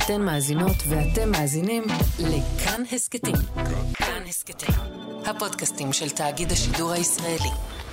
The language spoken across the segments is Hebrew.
אתן מאזינות ואתם מאזינים לכאן הסקטים. כאן הסקטים, הפודקאסטים של תאגיד השידור הישראלי.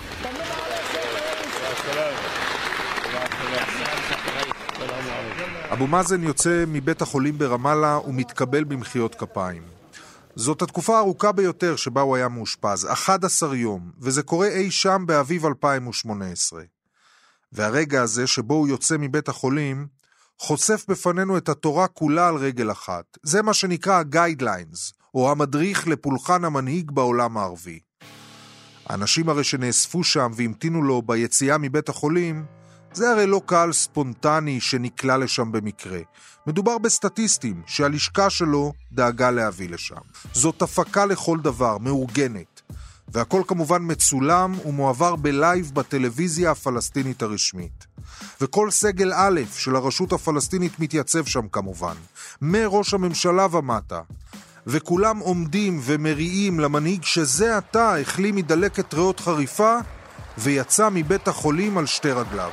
אבו מאזן יוצא מבית החולים ברמאללה ומתקבל במחיאות כפיים. זאת התקופה הארוכה ביותר שבה הוא היה מאושפז, 11 יום, וזה קורה אי שם באביב 2018. והרגע הזה שבו הוא יוצא מבית החולים, חושף בפנינו את התורה כולה על רגל אחת. זה מה שנקרא ה-guidelines, או המדריך לפולחן המנהיג בעולם הערבי. האנשים הרי שנאספו שם והמתינו לו ביציאה מבית החולים, זה הרי לא קהל ספונטני שנקלע לשם במקרה. מדובר בסטטיסטים שהלשכה שלו דאגה להביא לשם. זאת הפקה לכל דבר, מאורגנת. והכל כמובן מצולם ומועבר בלייב בטלוויזיה הפלסטינית הרשמית. וכל סגל א' של הרשות הפלסטינית מתייצב שם כמובן. מראש הממשלה ומטה. וכולם עומדים ומריעים למנהיג שזה עתה החלים מדלקת ריאות חריפה ויצא מבית החולים על שתי רגליו.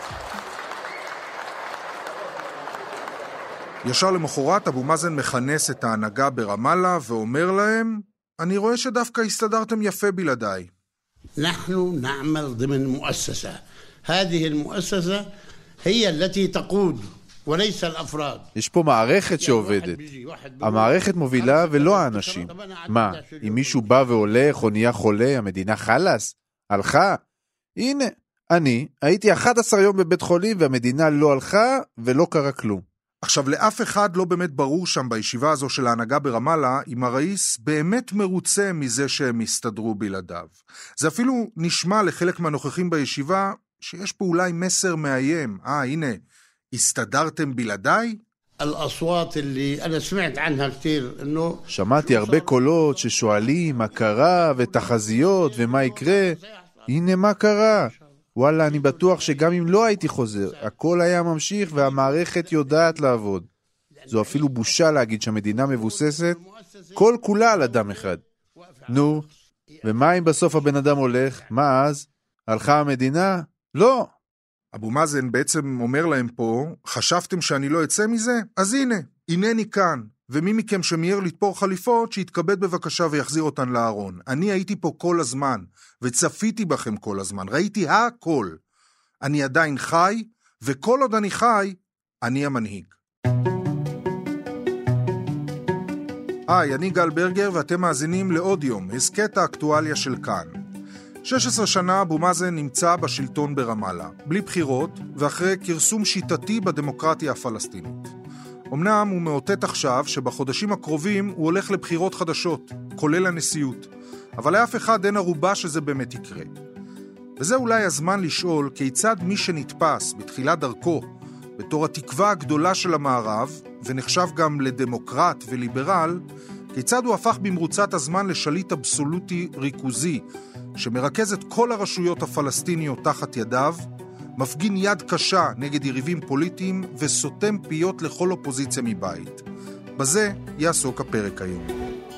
ישר למחרת אבו מאזן מכנס את ההנהגה ברמאללה ואומר להם, אני רואה שדווקא הסתדרתם יפה בלעדיי. אנחנו נעמל ضمن مؤسسة. هذه المؤسسة هي التي تقود وليس الأفراد. יש פה מערכת שעובדת. המערכת מובילה ולא האנשים. מה, אם מישהו בא והולך או נהיה חולה, המדינה חלס? הלכה? הנה, אני הייתי 11 יום בבית חולים והמדינה לא הלכה ולא קרה כלום. עכשיו, לאף אחד לא באמת ברור שם בישיבה הזו של ההנהגה ברמאללה, אם הראיס באמת מרוצה מזה שהם הסתדרו בלעדיו. זה אפילו נשמע לחלק מהנוכחים בישיבה, שיש פה אולי מסר מאיים. הנה, הסתדרתם בלעדיי? الأصوات اللي أنا سمعت عنها كتير إنه שמעתי הרבה קולות ששואלים מה קרה ותחזיות ומה יקרה. הנה מה קרה. וואלה, אני בטוח שגם אם לא הייתי חוזר, הכל היה ממשיך והמערכת יודעת לעבוד. זו אפילו בושה להגיד שהמדינה מבוססת כל כולה על אדם אחד. נו, ומה אם בסוף הבן אדם הולך? מה אז? הלכה המדינה? לא. אבו מאזן בעצם אומר להם פה, חשבתם שאני לא אצא מזה? אז הנה, הנני כאן. ומי מכם שמיהר לתפור חליפות, שיתכבד בבקשה ויחזיר אותן לארון. אני הייתי פה כל הזמן, וצפיתי בכם כל הזמן, ראיתי הכל. אני עדיין חי, וכל עוד אני חי, אני המנהיג. היי, אני גל ברגר, ואתם מאזינים לעוד יום, הסקט האקטואליה של כאן. 16 שנה אבו מאזן נמצא בשלטון ברמאללה, בלי בחירות, ואחרי כרסום שיטתי בדמוקרטיה הפלסטינית. אמנם הוא מאותת עכשיו שבחודשים הקרובים הוא הולך לבחירות חדשות, כולל הנשיאות, אבל לאף אחד אין ערובה שזה באמת יקרה. וזה אולי הזמן לשאול כיצד מי שנתפס בתחילת דרכו בתור התקווה הגדולה של המערב, ונחשב גם לדמוקרט וליברל, כיצד הוא הפך במרוצת הזמן לשליט אבסולוטי ריכוזי, שמרכז את כל הרשויות הפלסטיניות תחת ידיו, מפגין יד קשה נגד יריבים פוליטיים וסותם פיות לכל אופוזיציה מבית. בזה יעסוק הפרק היום.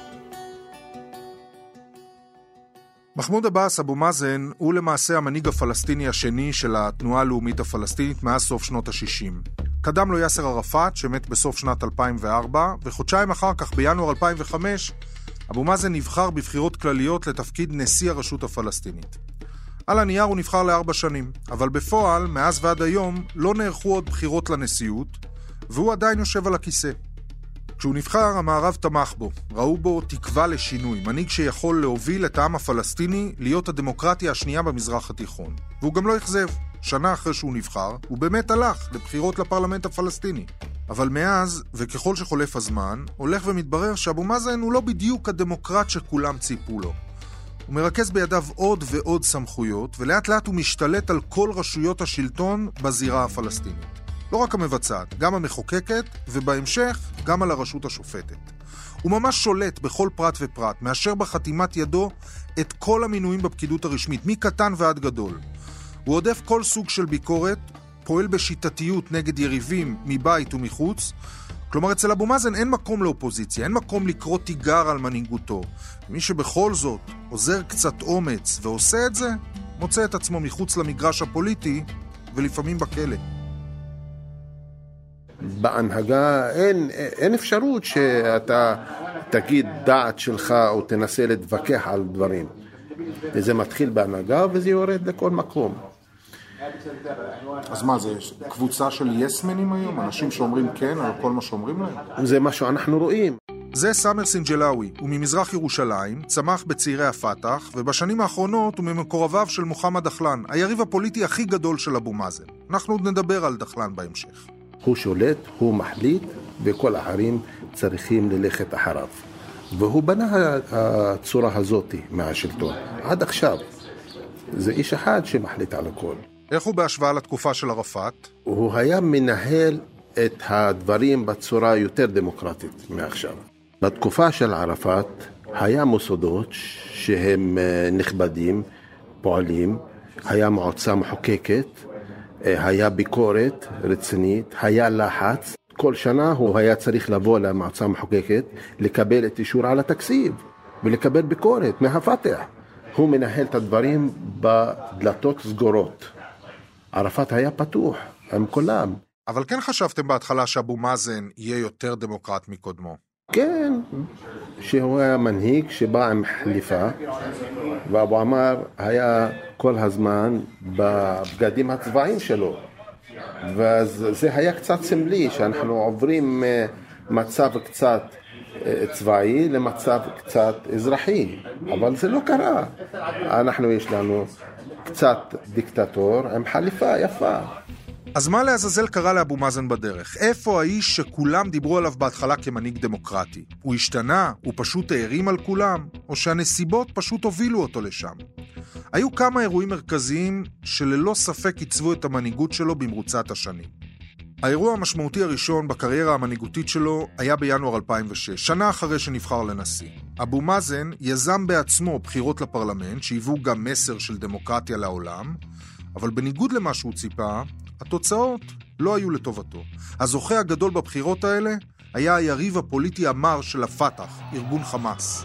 מחמוד עבאס, אבו מאזן, הוא למעשה המנהיג הפלסטיני השני של התנועה הלאומית הפלסטינית מאז סוף שנות ה-60. קדם לו יאסר ערפאת, שמת בסוף שנת 2004, וחודשיים אחר כך, בינואר 2005, אבו מאזן נבחר בבחירות כלליות לתפקיד נשיא הרשות הפלסטינית. על הנייר הוא נבחר ל4 שנים, אבל בפועל, מאז ועד היום, לא נערכו עוד בחירות לנשיאות, והוא עדיין יושב על הכיסא. כשהוא נבחר, המערב תמך בו, ראו בו תקווה לשינוי, מנהיג שיכול להוביל את העם הפלסטיני להיות הדמוקרטיה השנייה במזרח התיכון. והוא גם לא אכזב. שנה אחרי שהוא נבחר, הוא באמת הלך לבחירות לפרלמנט הפלסטיני. אבל מאז, וככל שחולף הזמן, הולך ומתברר שאבו מאזן הוא לא בדיוק הדמוקרט שכולם ציפו לו. הוא מרכז בידיו עוד ועוד סמכויות, ולאט לאט הוא משתלט על כל רשויות השלטון בזירה הפלסטינית. לא רק המבצעת, גם המחוקקת, ובהמשך גם על הרשות השופטת. הוא ממש שולט בכל פרט ופרט, מאשר בחתימת ידו את כל המינויים בפקידות הרשמית, מקטן ועד גדול. הוא עודף כל סוג של ביקורת, פועל בשיטתיות נגד יריבים מבית ומחוץ, כלומר, אצל אבו מאזן אין מקום לאופוזיציה, אין מקום לקרוא תיגר על מנהיגותו. מי שבכל זאת עוזר קצת אומץ ועושה את זה, מוצא את עצמו מחוץ למגרש הפוליטי ולפעמים בכלא. בהנהגה אין אפשרות שאתה תגיד דעת שלך או תנסה להתווכח על דברים. וזה מתחיל בהנהגה וזה יורד לכל מקום. אז מה זה? קבוצה של יסמנים היום? אנשים שאומרים כן על כל מה שאומרים להם? זה מה שאנחנו רואים. זה סאמר סינג'לאוי, הוא ממזרח ירושלים, צמח בצעירי הפתח, ובשנים האחרונות הוא ממקורביו של מוחמד דחלן, היריב הפוליטי הכי גדול של אבו מאזן. אנחנו עוד נדבר על דחלן בהמשך. הוא שולט, הוא מחליט, וכל האחרים צריכים ללכת אחריו. והוא בנה הצורה הזאת מהשלטון. עד עכשיו, זה איש אחד שמחליט על הכל. איך הוא בהשוואה לתקופה של ערפאת? הוא היה מנהל את הדברים בצורה יותר דמוקרטית מעכשיו. בתקופה של ערפאת היה מוסדות שהם נכבדים, פועלים, היה מועצה מחוקקת, היה ביקורת רצינית, היה לחץ. כל שנה הוא היה צריך לבוא למועצה המחוקקת, לקבל את אישור על התקציב ולקבל ביקורת מהפתח. הוא מנהל את הדברים בדלתות סגורות. ערפאת היה פתוח עם כולם. אבל כן חשבתם בהתחלה שאבו מאזן יהיה יותר דמוקרט מקודמו? כן, שהוא היה מנהיג שבא עם חליפה, ואבו עמר היה כל הזמן בבגדים הצבאיים שלו. וזה היה קצת סמלי, שאנחנו עוברים מצב קצת צבאי למצב קצת אזרחי. אבל זה לא קרה. יש לנו קצת דיקטטור עם חליפה יפה. אז מה לעזאזל קרה לאבו מאזן בדרך? איפה האיש שכולם דיברו עליו בהתחלה כמנהיג דמוקרטי? הוא השתנה? הוא פשוט הערים על כולם? או שהנסיבות פשוט הובילו אותו לשם? היו כמה אירועים מרכזיים שללא ספק עיצבו את המנהיגות שלו במרוצת השנים. האירוע המשמעותי הראשון בקריירה המנהיגותית שלו היה בינואר 2006, שנה אחרי שנבחר לנשיא. אבו מאזן יזם בעצמו בחירות לפרלמנט שהיוו גם מסר של דמוקרטיה לעולם, אבל בניגוד למה שהוא ציפה, התוצאות לא היו לטובתו. הזוכה הגדול בבחירות האלה היה היריב הפוליטי המר של הפתח, ארגון חמאס.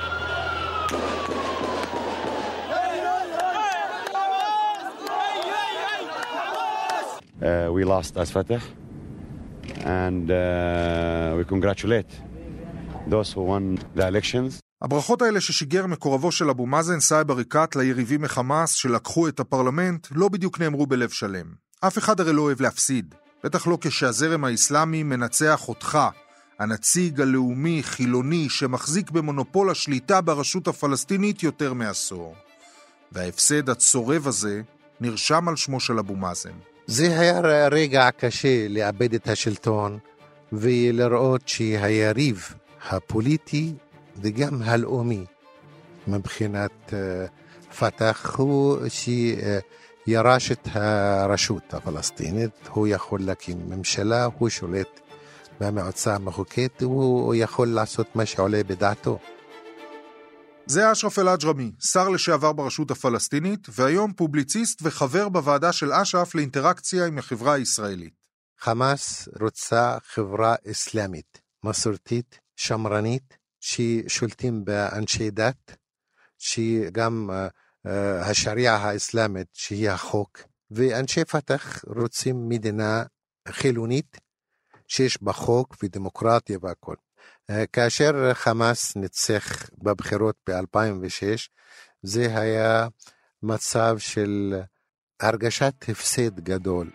We lost as Fatah and we congratulate those who won the elections. הברכות האלה ששיגר מקורבו של אבו מאזן סאיב עריקאת ליריבים מחמאס שלקחו את הפרלמנט לא בדיוק נאמרו בלב שלם. אף אחד הרי לא אוהב להפסיד, בטח לא כשהזרם האסלאמי מנצח אותך, הנציג הלאומי חילוני שמחזיק במונופול השליטה ברשות הפלסטינית יותר מעשור. וההפסד הצורב הזה נרשם על שמו של אבו מאזן. זה היה רגע קשה לאבד את השלטון ולראות שהיריב הפוליטי וגם הלאומי מבחינת פתח הוא שירש את הרשות הפלסטינית, הוא יכול להקים ממשלה, הוא שולט במועצה המחוקקת, הוא יכול לעשות מה שעולה בדעתו. זה אשרף אל-אג'רמי, שר לשעבר ברשות הפלסטינית, והיום פובליציסט וחבר בוועדה של אש"ף לאינטראקציה עם החברה הישראלית. חמאס רוצה חברה אסלאמית, מסורתית, שמרנית, ששולטים באנשי דת, שגם השריעה האסלאמית שהיא החוק, ואנשי פתח רוצים מדינה חילונית שיש בה חוק ודמוקרטיה והכל. כאשר חמאס ניצח בבחירות ב-2006, זה היה מצב של הרגשת הפסד גדול.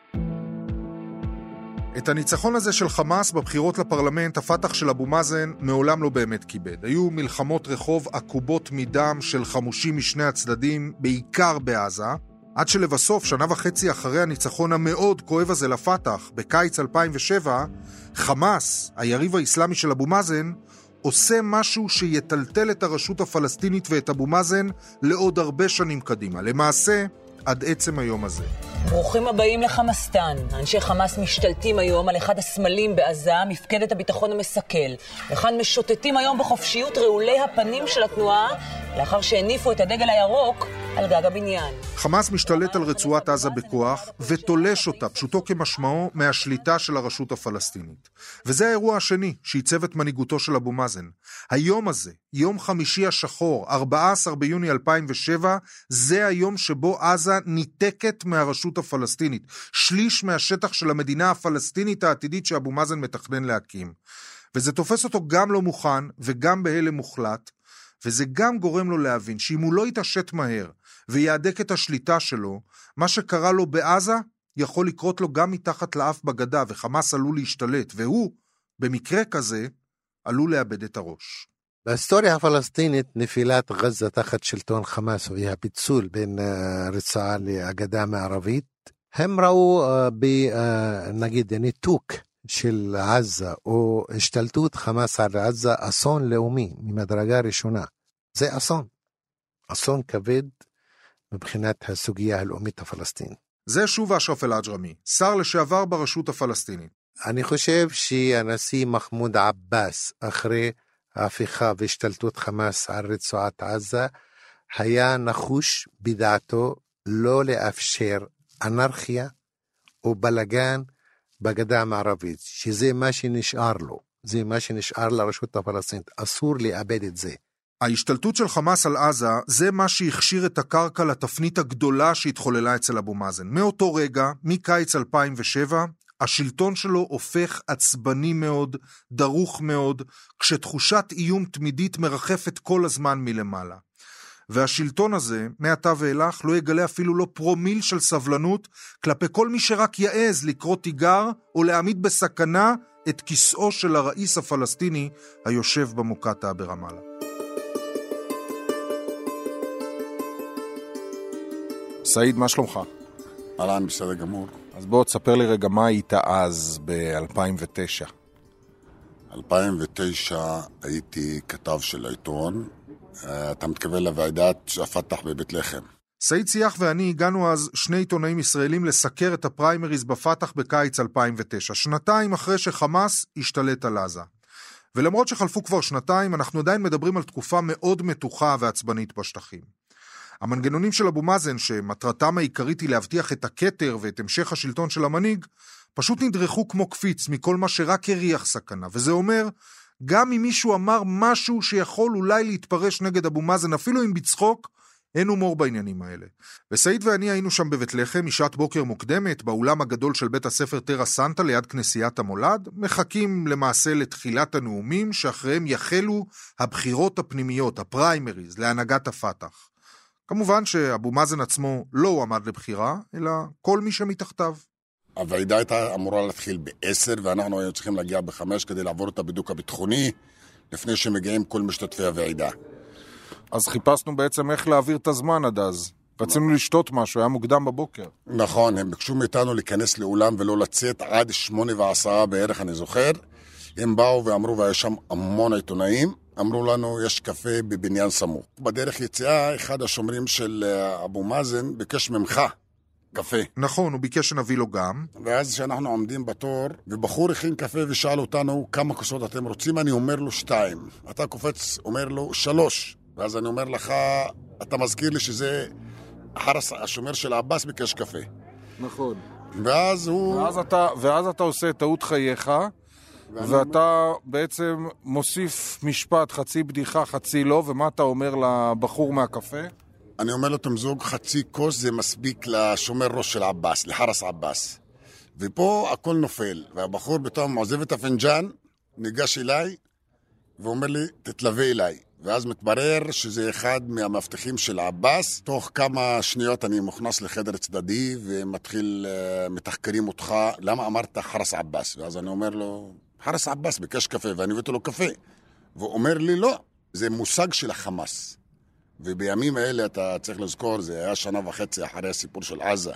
את הניצחון הזה של חמאס בבחירות לפרלמנט, הפתח של אבו מאזן מעולם לא באמת כיבד. היו מלחמות רחוב עקובות מדם של חמושים משני הצדדים, בעיקר בעזה, עד שלבסוף, שנה וחצי אחרי הניצחון המאוד כואב הזה לפתח, בקיץ 2007, חמאס, היריב האסלאמי של אבו מאזן, עושה משהו שיטלטל את הרשות הפלסטינית ואת אבו מאזן לעוד הרבה שנים קדימה. למעשה, עד עצם היום הזה. ברוכים הבאים לחמאסטן. אנשי חמאס משתלטים היום על אחד הסמלים בעזה, מפקדת הביטחון המסכל. וכאן משוטטים היום בחופשיות רעולי הפנים של התנועה, לאחר שהניפו את הדגל הירוק על גג הבניין. חמאס משתלט על רצועת עזה בכוח ותולש אותה, פשוטו כמשמעו, מהשליטה של הרשות הפלסטינית. וזה האירוע השני שעיצב את מנהיגותו של אבו מאזן. היום הזה, יום חמישי השחור, 14 ביוני 2007, זה היום שבו עזה ניתקת מהרשות הרשות הפלסטינית, שליש מהשטח של המדינה הפלסטינית העתידית שאבו מאזן מתכנן להקים. וזה תופס אותו גם לא מוכן וגם בהלם מוחלט, וזה גם גורם לו להבין שאם הוא לא יתעשת מהר ויעדק את השליטה שלו, מה שקרה לו בעזה יכול לקרות לו גם מתחת לאף בגדה, וחמאס עלול להשתלט, והוא, במקרה כזה, עלול לאבד את הראש. בהיסטוריה הפלסטינית, נפילת עזה תחת שלטון חמאס והפיצול בין רצועה לגדה המערבית, הם ראו נגיד ניתוק של עזה או השתלטות חמאס על עזה אסון לאומי ממדרגה ראשונה. זה אסון כבד מבחינת הסוגיה הלאומית הפלסטינית. זה שוב אשרף אל-עג'רמי, שר לשעבר ברשות הפלסטינית. אני חושב שהנשיא מחמוד עבאס, אחרי ההפיכה והשתלטות חמאס על רצועת עזה, היה נחוש בדעתו לא לאפשר אנרכיה או בלגן בגדה המערבית, שזה מה שנשאר לו, זה מה שנשאר לרשות הפלסטינית, אסור לאבד את זה. ההשתלטות של חמאס על עזה זה מה שהכשיר את הקרקע לתפנית הגדולה שהתחוללה אצל אבו מאזן. מאותו רגע, מקיץ 2007, השלטון שלו הופך עצבני מאוד, דרוך מאוד, כשתחושת איום תמידית מרחפת כל הזמן מלמעלה. והשלטון הזה, מעתה ואילך, לא יגלה אפילו לא פרומיל של סבלנות, כלפי כל מי שרק יעז לקרוא תיגר, או להעמיד בסכנה את כיסאו של הראיס הפלסטיני, היושב במוקטעה ברמאללה. סעיד, מה שלומך? אהלן, בסדר גמור. אז בוא תספר לי רגע מה היית אז ב-2009. 2009 הייתי כתב של העיתון, אתה מתכוון לוועידת הפתח בבית לחם. סעיד סיח ואני הגענו אז שני עיתונאים ישראלים לסקר את הפריימריז בפתח בקיץ 2009, שנתיים אחרי שחמאס השתלט על עזה. ולמרות שחלפו כבר שנתיים, אנחנו עדיין מדברים על תקופה מאוד מתוחה ועצבנית בשטחים. המנגנונים של אבו מאזן, שמטרתם העיקרית היא להבטיח את הכתר ואת המשך השלטון של המנהיג, פשוט נדרכו כמו קפיץ מכל מה שרק הריח סכנה. וזה אומר, גם אם מישהו אמר משהו שיכול אולי להתפרש נגד אבו מאזן, אפילו אם בצחוק, אין הומור בעניינים האלה. וסעיד ואני היינו שם בבית לחם, משעת בוקר מוקדמת, באולם הגדול של בית הספר טרה סנטה ליד כנסיית המולד, מחכים למעשה לתחילת הנאומים, שאחריהם יחלו הבחירות הפנימיות, הפריימריז, להנהגת הפתח. כמובן שאבו מאזן עצמו לא הועמד לבחירה, אלא כל מי שמתחתיו. הוועידה הייתה אמורה להתחיל ב-10, ואנחנו היינו צריכים להגיע ב-5 כדי לעבור את הבידוק הביטחוני, לפני שמגיעים כל משתתפי הוועידה. אז חיפשנו בעצם איך להעביר את הזמן עד אז. רצינו לשתות משהו, היה מוקדם בבוקר. נכון, הם ביקשו מאיתנו להיכנס לאולם ולא לצאת עד 8:10 בערך, אני זוכר. הם באו ואמרו, והיה שם המון עיתונאים, אמרו לנו, יש קפה בבניין סמוך. בדרך יציאה, אחד השומרים של אבו מאזן ביקש ממך קפה. נכון, הוא ביקש שנביא לו גם. ואז שאנחנו עומדים בתור, ובחור הכין קפה ושאל אותנו, כמה כוסות אתם רוצים? אני אומר לו 2. אתה קופץ, אומר לו 3. ואז אני אומר לך, אתה מזכיר לי שזה השומר של עבאס ביקש קפה. נכון. ואז אתה עושה טעות חייך, ואתה בעצם מוסיף משפט, חצי בדיחה, חצי לא, ומה אתה אומר לבחור מהקפה? אני אומר לו, תמזוג חצי כוס, זה מספיק לשומר ראש של עבאס, לחרס עבאס. ופה הכל נופל, והבחור פתאום עוזב את הפנג'ן, ניגש אליי, ואומר לי, תתלווה אליי. ואז מתברר שזה אחד מהמבטחים של עבאס. תוך כמה שניות אני מוכנס לחדר צדדי, ומתחיל, מתחקרים אותך, למה אמרת חרס עבאס? ואז אני אומר לו, חרס עבאס ביקש קפה, ואני הבאתי לו קפה. והוא אומר לי, לא, זה מושג של החמאס. ובימים האלה אתה צריך לזכור, זה היה 1.5 שנה אחרי הסיפור של עזה.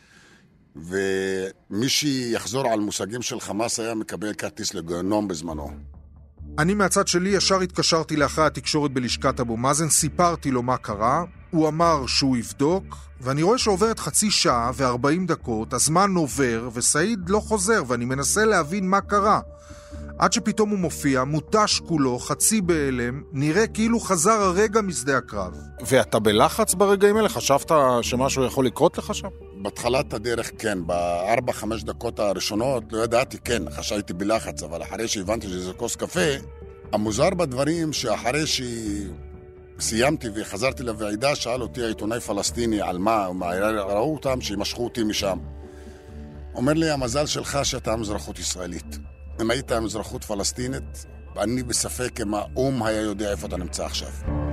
ומי שיחזור על מושגים של חמאס היה מקבל כרטיס לגיהנום בזמנו. אני מהצד שלי ישר התקשרתי לאחרי התקשורת בלשכת אבו מאזן, סיפרתי לו מה קרה, הוא אמר שהוא יבדוק, ואני רואה שעוברת 0.5 שעה ו40 דקות, הזמן עובר וסעיד לא חוזר, ואני מנסה להבין מה קרה. עד שפתאום הוא מופיע, מוטש כולו, חצי בהלם, נראה כאילו חזר הרגע משדה הקרב. ואתה בלחץ ברגעים האלה? חשבת שמשהו יכול לקרות לך שם? בתחילת הדרך כן, ב4-5 דקות הראשונות לא ידעתי כן, חשבתי בלחץ, אבל אחרי שהבנתי שזה כוס קפה, המוזר בדברים שאחרי סיימתי וחזרתי לוועידה, שאל אותי העיתונאי פלסטיני על מה, ראו אותם שימשכו אותי משם. אומר לי, המזל שלך שאתה עם אזרחות ישראלית. אם היית עם אזרחות פלסטינית, אני בספק אם האום היה יודע איפה אתה נמצא עכשיו.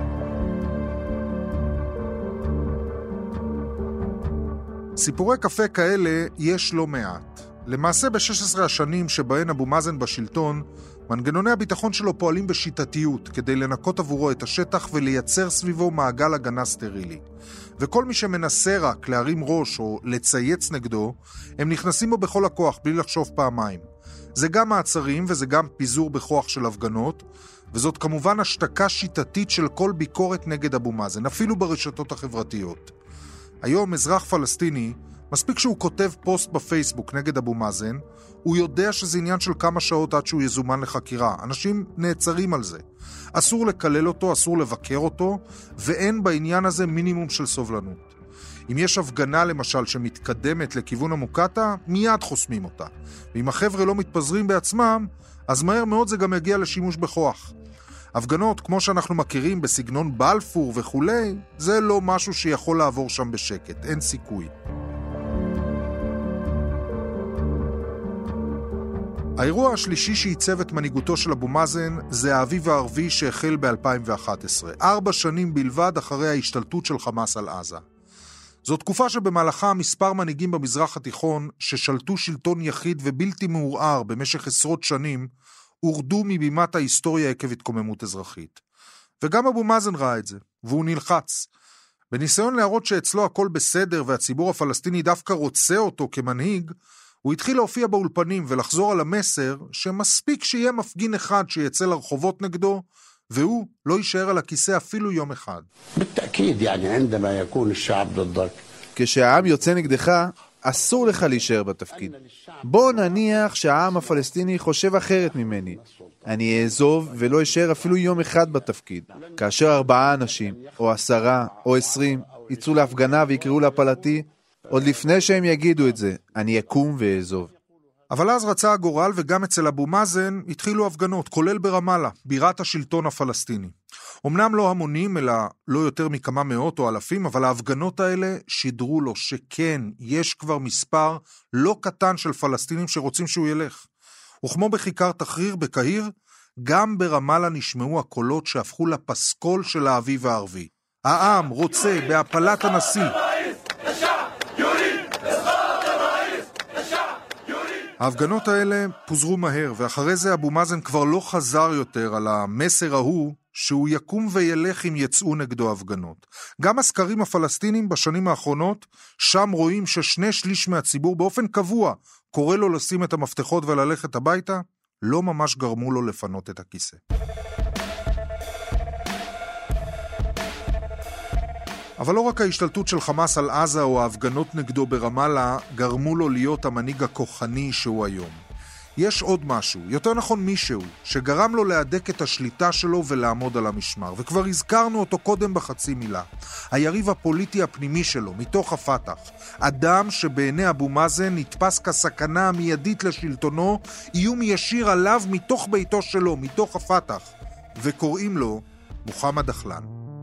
סיפורי קפה כאלה יש לא מעט. למעשה ב-16 השנים שבהן אבו מאזן בשלטון, מנגנוני הביטחון שלו פועלים בשיטתיות כדי לנקות עבורו את השטח ולייצר סביבו מעגל הגנה סטרילי. וכל מי שמנסה רק להרים ראש או לצייץ נגדו, הם נכנסים בו בכל הכוח בלי לחשוב פעמיים. זה גם מעצרים וזה גם פיזור בכוח של הפגנות, וזאת כמובן השתקה שיטתית של כל ביקורת נגד אבו מאזן, אפילו ברשתות החברתיות. היום אזרח פלסטיני, מספיק שהוא כותב פוסט בפייסבוק נגד אבו מאזן, הוא יודע שזה עניין של כמה שעות עד שהוא יזומן לחקירה. אנשים נעצרים על זה. אסור לקלל אותו, אסור לבקר אותו, ואין בעניין הזה מינימום של סובלנות. אם יש הפגנה למשל שמתקדמת לכיוון המוקטה, מיד חוסמים אותה. ואם החבר'ה לא מתפזרים בעצמם, אז מהר מאוד זה גם יגיע לשימוש בכוח. הפגנות, כמו שאנחנו מכירים בסגנון בלפור וכולי, זה לא משהו שיכול לעבור שם בשקט, אין סיכוי. האירוע השלישי שעיצב את מנהיגותו של אבו מאזן זה האביב הערבי שהחל ב-2011, 4 שנים בלבד אחרי ההשתלטות של חמאס על עזה. זו תקופה שבמהלכה מספר מנהיגים במזרח התיכון ששלטו שלטון יחיד ובלתי מעורער במשך עשרות שנים, הורדו מבימת ההיסטוריה עקב התקוממות אזרחית. וגם אבו מאזן ראה את זה, והוא נלחץ. בניסיון להראות שאצלו הכל בסדר והציבור הפלסטיני דווקא רוצה אותו כמנהיג, הוא התחיל להופיע באולפנים ולחזור על המסר שמספיק שיהיה מפגין אחד שיצא לרחובות נגדו, והוא לא יישאר על הכיסא אפילו יום אחד. כשהעם יוצא נגדך, אסור לך להישאר בתפקיד. בוא נניח שהעם הפלסטיני חושב אחרת ממני. אני אעזוב ולא אשאר אפילו יום אחד בתפקיד. כאשר 4 אנשים, או 10, או 20, יצאו להפגנה ויקראו להפלתי, עוד לפני שהם יגידו את זה, אני אקום ואעזוב. אבל אז רצה הגורל וגם אצל אבו מאזן התחילו הפגנות, כולל ברמאללה, בירת השלטון הפלסטיני. אמנם לא המונים, אלא לא יותר מכמה מאות או אלפים, אבל ההפגנות האלה שידרו לו שכן, יש כבר מספר לא קטן של פלסטינים שרוצים שהוא ילך. וכמו בכיכר תחריר בקהיר, גם ברמאללה נשמעו הקולות שהפכו לפסקול של האביב הערבי. העם רוצה בהפלת הנשיא. ההפגנות האלה פוזרו מהר, ואחרי זה אבו מאזן כבר לא חזר יותר על המסר ההוא שהוא יקום וילך אם יצאו נגדו הפגנות. גם הסקרים הפלסטינים בשנים האחרונות, שם רואים ש2/3 מהציבור באופן קבוע קורא לו לשים את המפתחות וללכת הביתה, לא ממש גרמו לו לפנות את הכיסא. אבל לא רק ההשתלטות של חמאס על עזה או ההפגנות נגדו ברמאללה גרמו לו להיות המנהיג הכוחני שהוא היום. יש עוד משהו, יותר נכון מישהו, שגרם לו להדק את השליטה שלו ולעמוד על המשמר, וכבר הזכרנו אותו קודם בחצי מילה. היריב הפוליטי הפנימי שלו, מתוך הפתח. אדם שבעיני אבו מאזן נתפס כסכנה המיידית לשלטונו, איום ישיר עליו מתוך ביתו שלו, מתוך הפתח. וקוראים לו מוחמד דחלן.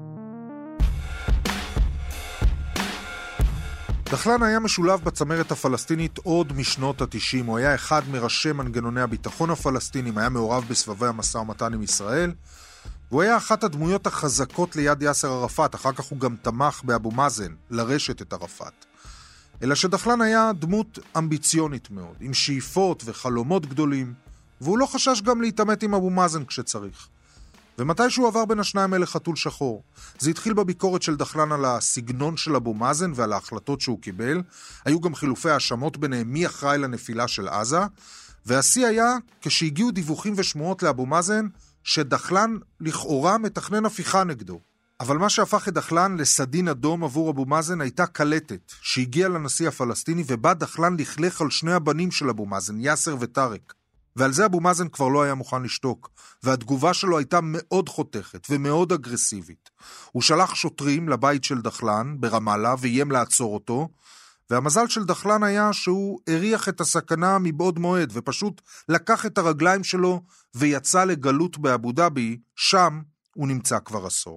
דחלן היה משולב בצמרת הפלסטינית עוד משנות ה-90, הוא היה אחד מראשי מנגנוני הביטחון הפלסטינים, היה מעורב בסבבי המשא ומתן עם ישראל, והוא היה אחת הדמויות החזקות ליד יאסר ערפאת, אחר כך הוא גם תמך באבו מאזן, לרשת את ערפאת. אלא שדחלן היה דמות אמביציונית מאוד, עם שאיפות וחלומות גדולים, והוא לא חשש גם להתעמת עם אבו מאזן כשצריך. ומתי שהוא עבר בין השניים אלה חתול שחור. זה התחיל בביקורת של דחלן על הסגנון של אבו מאזן ועל ההחלטות שהוא קיבל. היו גם חילופי האשמות ביניהם מי אחראי לנפילה של עזה. והשיא היה כשהגיעו דיווחים ושמועות לאבו מאזן שדחלן לכאורה מתכנן הפיכה נגדו. אבל מה שהפך את דחלן לסדין אדום עבור אבו מאזן הייתה קלטת שהגיעה לנשיא הפלסטיני ובה דחלן לכלך על 2 הבנים של אבו מאזן, יאסר וטארק. ועל זה אבו מאזן כבר לא היה מוכן לשתוק, והתגובה שלו הייתה מאוד חותכת ומאוד אגרסיבית. הוא שלח שוטרים לבית של דחלן ברמאללה ואיים לעצור אותו, והמזל של דחלן היה שהוא הריח את הסכנה מבעוד מועד, ופשוט לקח את הרגליים שלו ויצא לגלות באבו דאבי, שם הוא נמצא כבר עשור.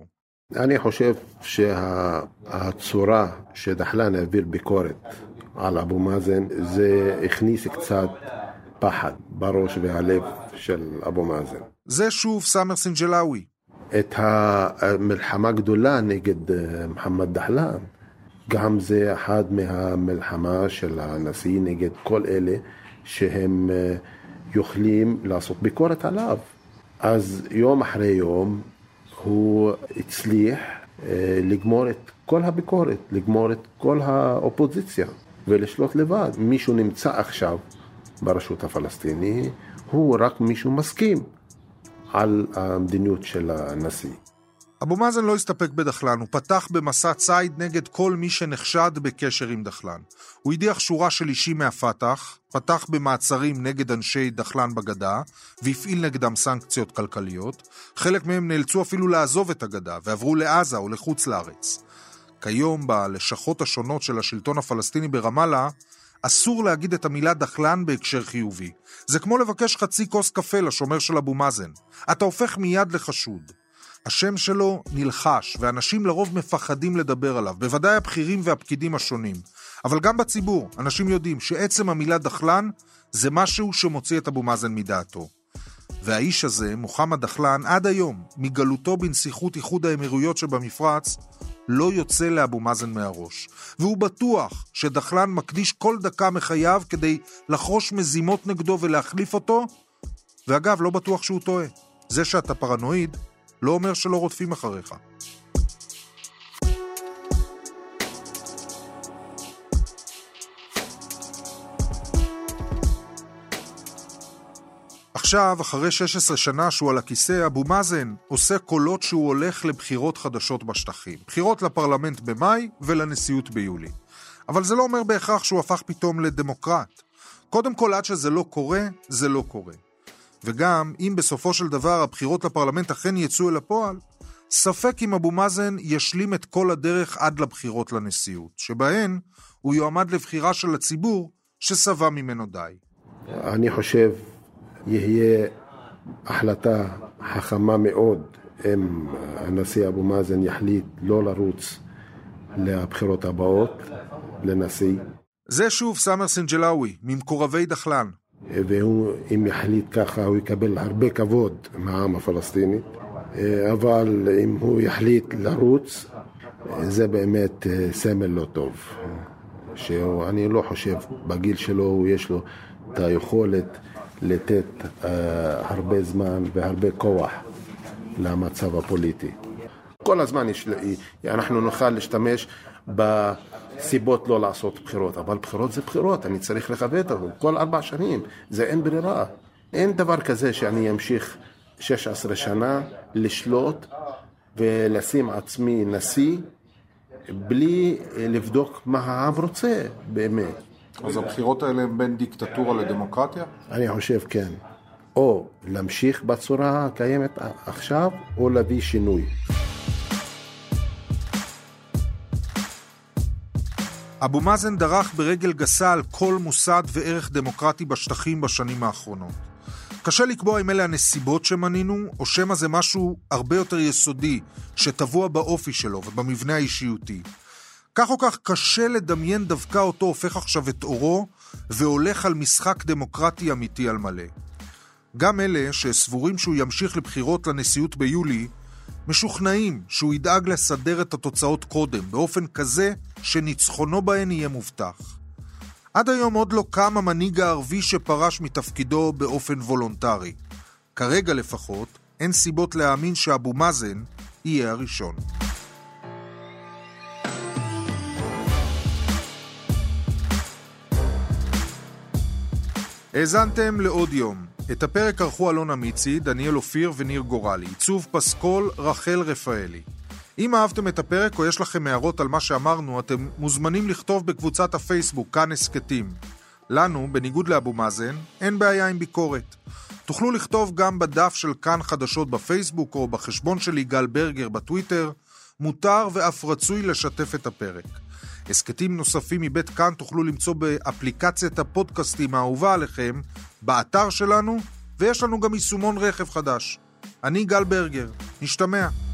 אני חושב שהצורה שדחלן העביר ביקורת על אבו מאזן, זה הכניס קצת פחד בראש והלב של אבו מאזן. זה שוב סאמר סינג'לאווי. את המלחמה גדולה נגד מוחמד דחלן, גם זה אחד מהמלחמה של הנשיא נגד כל אלה שהם יכולים לעשות ביקורת עליו. אז יום אחרי יום הוא הצליח לגמור את כל הביקורת, לגמור את כל האופוזיציה ולשלוט לבד. מישהו נמצא עכשיו ברשות הפלסטיני, הוא רק מישהו מסכים על המדיניות של הנשיא. אבו מאזן לא הסתפק בדחלן, הוא פתח במסע ציד נגד כל מי שנחשד בקשר עם דחלן. הוא הדיח שורה של אישים מהפתח, פתח במעצרים נגד אנשי דחלן בגדה, והפעיל נגדם סנקציות כלכליות. חלק מהם נאלצו אפילו לעזוב את הגדה, ועברו לעזה או לחוץ לארץ. כיום, בלשכות השונות של השלטון הפלסטיני ברמאללה, אסור להגיד את המילה דחלן בהקשר חיובי. זה כמו לבקש חצי כוס קפה לשומר של אבו מאזן. אתה הופך מיד לחשוד. השם שלו נלחש, ואנשים לרוב מפחדים לדבר עליו, בוודאי הבכירים והפקידים השונים. אבל גם בציבור, אנשים יודעים שעצם המילה דחלן זה משהו שמוציא את אבו מאזן מדעתו. והאיש הזה, מוחמד דחלן, עד היום, מגלותו בנסיכות איחוד האמירויות שבמפרץ, לא יוצא לאבו מאזן מהראש. והוא בטוח שדחלן מקדיש כל דקה מחייו כדי לחרוש מזימות נגדו ולהחליף אותו, ואגב, לא בטוח שהוא טועה. זה שאתה פרנואיד, לא אומר שלא רודפים אחריך. עכשיו, אחרי 16 שנה שהוא על הכיסא, אבו מאזן עושה קולות שהוא הולך לבחירות חדשות בשטחים. בחירות לפרלמנט במאי ולנשיאות ביולי. אבל זה לא אומר בהכרח שהוא הפך פתאום לדמוקרט. קודם כל, עד שזה לא קורה, זה לא קורה. וגם אם בסופו של דבר הבחירות לפרלמנט אכן יצאו אל הפועל, ספק אם אבו מאזן ישלים את כל הדרך עד לבחירות לנשיאות, שבהן הוא יועמד לבחירה של הציבור שסבא ממנו די. אני חושב יהיה החלטה חכמה מאוד אם הנשיא אבו מאזן יחליט לא לרוץ לבחירות הבאות לנשיא. זה שוב סאמר סינג'לאווי, ממקורבי דחלן. והוא, אם יחליט ככה, הוא יקבל הרבה כבוד מהעם הפלסטיני. אבל אם הוא יחליט לרוץ, זה באמת סמל לא טוב. שאני לא חושב, בגיל שלו, יש לו את היכולת לתת הרבה זמן והרבה כוח למצב הפוליטי. כל הזמן אנחנו נוכל להשתמש בסיבות לא לעשות בחירות, אבל בחירות זה בחירות, אני צריך לכבד אותם. כל 4 שנים, זה אין ברירה. אין דבר כזה שאני אמשיך 16 שנה לשלוט ולשים עצמי נשיא בלי לבדוק מה העם רוצה באמת. אז הבחירות האלה הן בין דיקטטורה לדמוקרטיה? אני חושב כן. או להמשיך בצורה הקיימת עכשיו, או להביא שינוי. אבו מאזן דרך ברגל גסה על כל מוסד וערך דמוקרטי בשטחים בשנים האחרונות. קשה לקבוע אם אלה הנסיבות שמנינו, או שמה זה משהו הרבה יותר יסודי, שטבוע באופי שלו ובמבנה האישיותי. כך או כך קשה לדמיין דווקא אותו הופך עכשיו את אורו, והולך על משחק דמוקרטי אמיתי על מלא. גם אלה שסבורים שהוא ימשיך לבחירות לנשיאות ביולי, משוכנעים שהוא ידאג לסדר את התוצאות קודם, באופן כזה שניצחונו בהן יהיה מובטח. עד היום עוד לא קם המנהיג הערבי שפרש מתפקידו באופן וולונטרי. כרגע לפחות, אין סיבות להאמין שאבו מאזן יהיה הראשון. האזנתם לעוד יום. את הפרק ערכו אלון אמיצי, דניאל אופיר וניר גורלי. עיצוב פסקול רחל רפאלי. אם אהבתם את הפרק או יש לכם הערות על מה שאמרנו, אתם מוזמנים לכתוב בקבוצת הפייסבוק כאן הסקטים. לנו, בניגוד לאבו מאזן, אין בעיה עם ביקורת. תוכלו לכתוב גם בדף של כאן חדשות בפייסבוק או בחשבון של יגאל ברגר בטוויטר. מותר ואף רצוי לשתף את הפרק. הסקטים נוספים מבית כאן תוכלו למצוא באפליקציית הפודקאסטים האהובה עליכם, באתר שלנו, ויש לנו גם יישומון רכב חדש. אני יגאל ברגר, נשתמע.